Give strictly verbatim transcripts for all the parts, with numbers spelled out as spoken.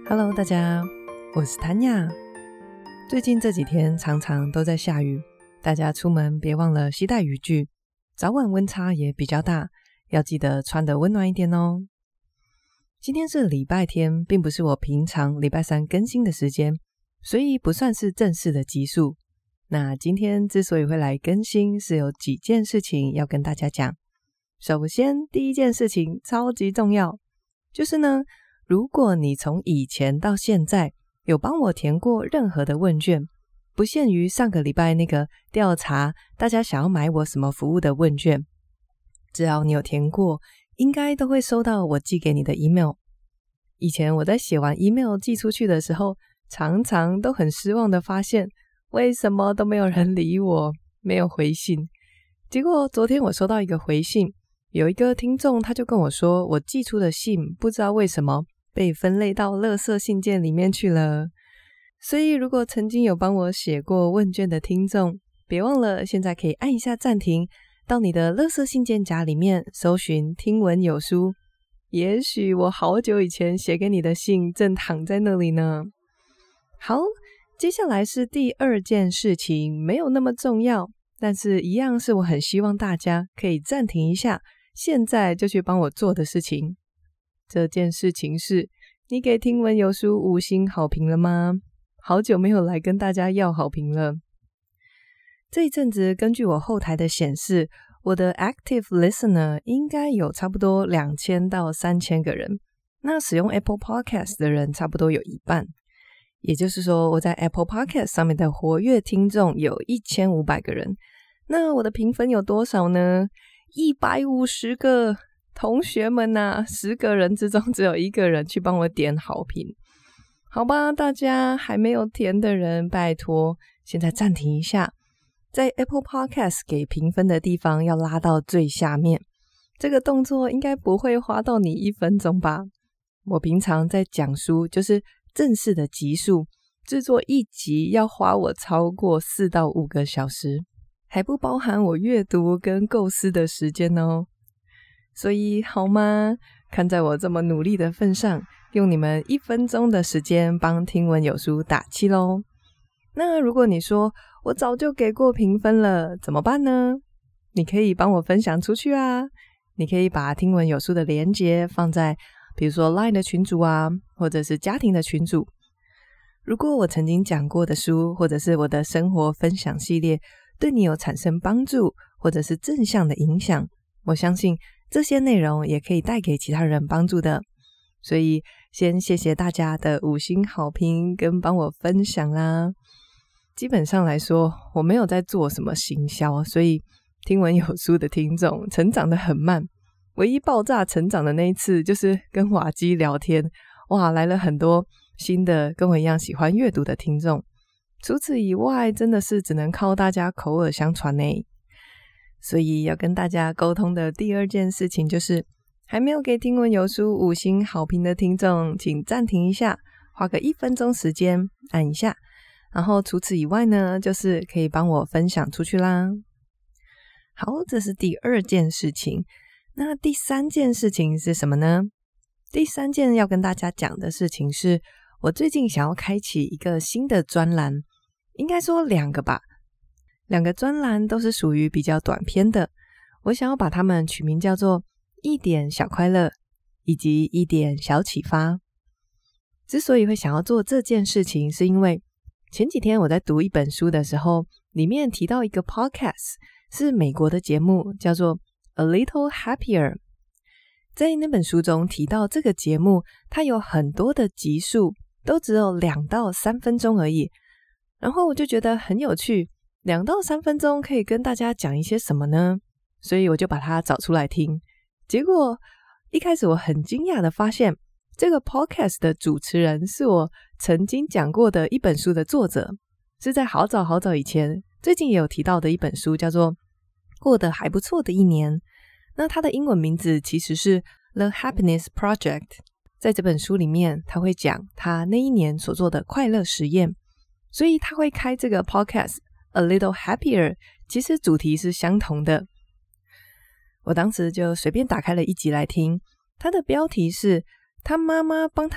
Hello， 大家，我是谭雅。最近这几天常常都在下雨，大家出门别忘了携带雨具，早晚温差也比较大，要记得穿得温暖一点哦。今天是礼拜天，并不是我平常礼拜三更新的时间，所以不算是正式的集数。那今天之所以会来更新，是有几件事情要跟大家讲。首先，第一件事情超级重要，就是呢，如果你从以前到现在有帮我填过任何的问卷，不限于上个礼拜那个调查大家想要买我什么服务的问卷，只要你有填过，应该都会收到我寄给你的 email。 以前我在写完 email 寄出去的时候，常常都很失望的发现为什么都没有人理我，没有回信。结果昨天我收到一个回信，有一个听众他就跟我说，我寄出的信不知道为什么被分类到垃圾信件里面去了。所以如果曾经有帮我写过问卷的听众，别忘了现在可以按一下暂停，到你的垃圾信件夹里面搜寻听闻有书，也许我好久以前写给你的信正躺在那里呢。好，接下来是第二件事情，没有那么重要，但是一样是我很希望大家可以暂停一下，现在就去帮我做的事情。这件事情是，你给听闻有书五星好评了吗？好久没有来跟大家要好评了。这一阵子根据我后台的显示，我的 active listener 应该有差不多两千到三千个人，那使用 Apple Podcast 的人差不多有一半，也就是说我在 Apple Podcast 上面的活跃听众有一千五百个人。那我的评分有多少呢？一百五十个。同学们啊，十个人之中只有一个人去帮我点好评。好吧，大家还没有填的人，拜托现在暂停一下，在 Apple Podcast 给评分的地方要拉到最下面，这个动作应该不会花到你一分钟吧。我平常在讲书，就是正式的集数，制作一集要花我超过四到五个小时，还不包含我阅读跟构思的时间哦。所以好吗？看在我这么努力的份上，用你们一分钟的时间帮听闻有书打气咯。那如果你说我早就给过评分了，怎么办呢？你可以帮我分享出去啊，你可以把听闻有书的连结放在比如说 Line 的群组啊，或者是家庭的群组。如果我曾经讲过的书，或者是我的生活分享系列对你有产生帮助，或者是正向的影响，我相信这些内容也可以带给其他人帮助的。所以先谢谢大家的五星好评跟帮我分享啦。基本上来说，我没有在做什么行销，所以听闻有书的听众成长得很慢。唯一爆炸成长的那一次，就是跟瓦基聊天，哇，来了很多新的跟我一样喜欢阅读的听众。除此以外，真的是只能靠大家口耳相传呢。所以要跟大家沟通的第二件事情就是，还没有给听闻有书五星好评的听众，请暂停一下，花个一分钟时间按一下。然后除此以外呢，就是可以帮我分享出去啦。好，这是第二件事情。那第三件事情是什么呢？第三件要跟大家讲的事情是，我最近想要开启一个新的专栏，应该说两个吧。两个专栏都是属于比较短篇的，我想要把它们取名叫做一点小快乐以及一点小启发。之所以会想要做这件事情，是因为前几天我在读一本书的时候，里面提到一个 podcast， 是美国的节目，叫做 A Little Happier。 在那本书中提到这个节目，它有很多的集数都只有两到三分钟而已，然后我就觉得很有趣，两到三分钟可以跟大家讲一些什么呢？所以我就把它找出来听。结果一开始我很惊讶的发现，这个 podcast 的主持人是我曾经讲过的一本书的作者，是在好早好早以前最近也有提到的一本书，叫做过得还不错的一年。那它的英文名字其实是 The Happiness Project。 在这本书里面，他会讲他那一年所做的快乐实验，所以他会开这个 podcast A Little Happier， 其实主题是相同的。我当时就随便打开了一集来听，它的标题是他妈妈帮他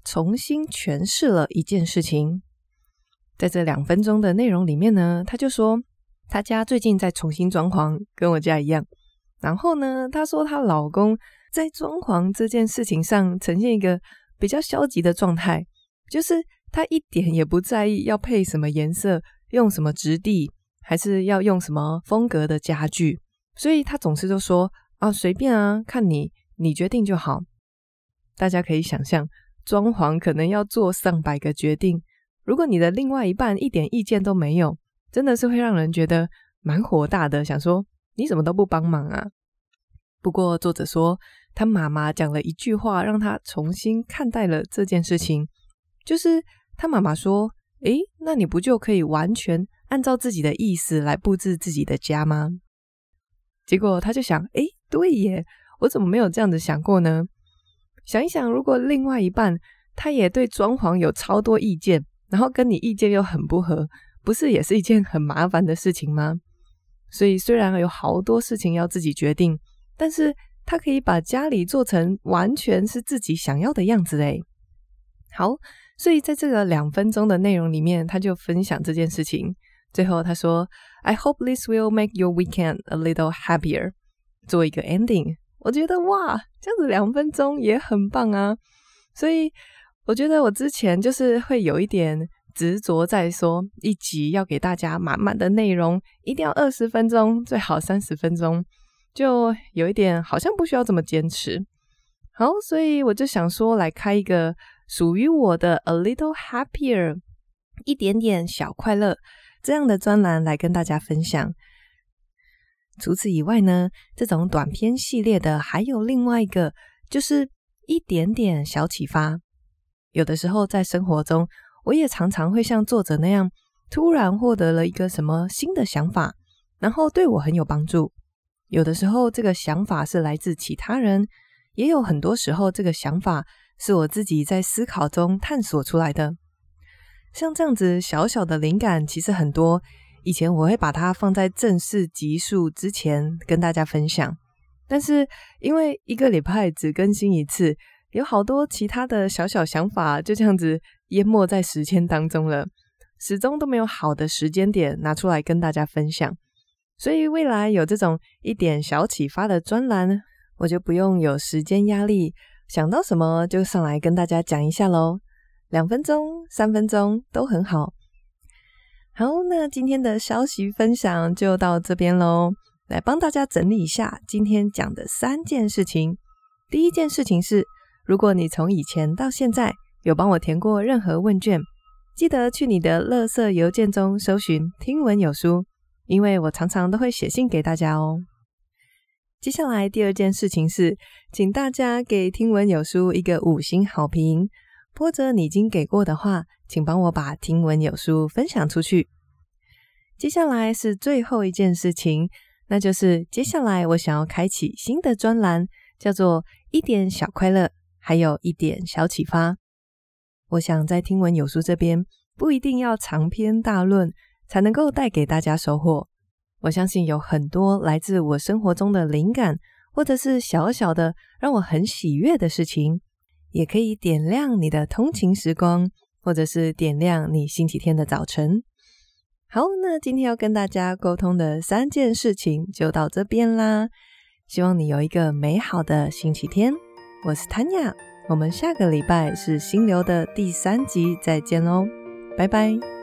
重新诠释了一件事情。在这两分钟的内容里面呢，他就说他家最近在重新装潢，跟我家一样。然后呢，他说她老公在装潢这件事情上呈现一个比较消极的状态，就是他一点也不在意要配什么颜色，用什么质地，还是要用什么风格的家具，所以他总是就说啊，随便啊，看你你决定就好。大家可以想象，装潢可能要做上百个决定，如果你的另外一半一点意见都没有，真的是会让人觉得蛮火大的，想说你怎么都不帮忙啊。不过作者说他妈妈讲了一句话，让他重新看待了这件事情，就是他妈妈说，诶，那你不就可以完全按照自己的意思来布置自己的家吗？结果他就想，诶，对耶，我怎么没有这样子想过呢？想一想，如果另外一半他也对装潢有超多意见，然后跟你意见又很不合，不是也是一件很麻烦的事情吗？所以虽然有好多事情要自己决定，但是他可以把家里做成完全是自己想要的样子诶。好，所以在这个两分钟的内容里面，他就分享这件事情。最后他说 I hope this will make your weekend a little happier， 做一个 ending。 我觉得哇，这样子两分钟也很棒啊。所以我觉得我之前就是会有一点执着在说一集要给大家满满的内容，一定要二十分钟，最好三十分钟，就有一点好像不需要这么坚持。好，所以我就想说来开一个属于我的 A Little Happier， 一点点小快乐这样的专栏来跟大家分享。除此以外呢，这种短篇系列的还有另外一个，就是一点点小启发。有的时候在生活中，我也常常会像作者那样，突然获得了一个什么新的想法，然后对我很有帮助。有的时候这个想法是来自其他人，也有很多时候这个想法是我自己在思考中探索出来的。像这样子小小的灵感其实很多，以前我会把它放在正式集数之前跟大家分享，但是因为一个礼拜只更新一次，有好多其他的小小想法就这样子淹没在时间当中了，始终都没有好的时间点拿出来跟大家分享。所以未来有这种一点小启发的专栏，我就不用有时间压力，想到什么就上来跟大家讲一下咯，两分钟三分钟都很好。好，那今天的消息分享就到这边咯，来帮大家整理一下今天讲的三件事情。第一件事情是，如果你从以前到现在有帮我填过任何问卷，记得去你的垃圾邮件中搜寻听闻有书，因为我常常都会写信给大家哦。接下来第二件事情是，请大家给听闻有书一个五星好评，或者你已经给过的话，请帮我把听闻有书分享出去。接下来是最后一件事情，那就是接下来我想要开启新的专栏，叫做一点小快乐，还有一点小启发。我想在听闻有书这边，不一定要长篇大论才能够带给大家收获。我相信有很多来自我生活中的灵感，或者是小小的让我很喜悦的事情，也可以点亮你的通勤时光，或者是点亮你星期天的早晨。好，那今天要跟大家沟通的三件事情就到这边啦，希望你有一个美好的星期天。我是 Tanya， 我们下个礼拜是心流的第三集再见咯，拜拜。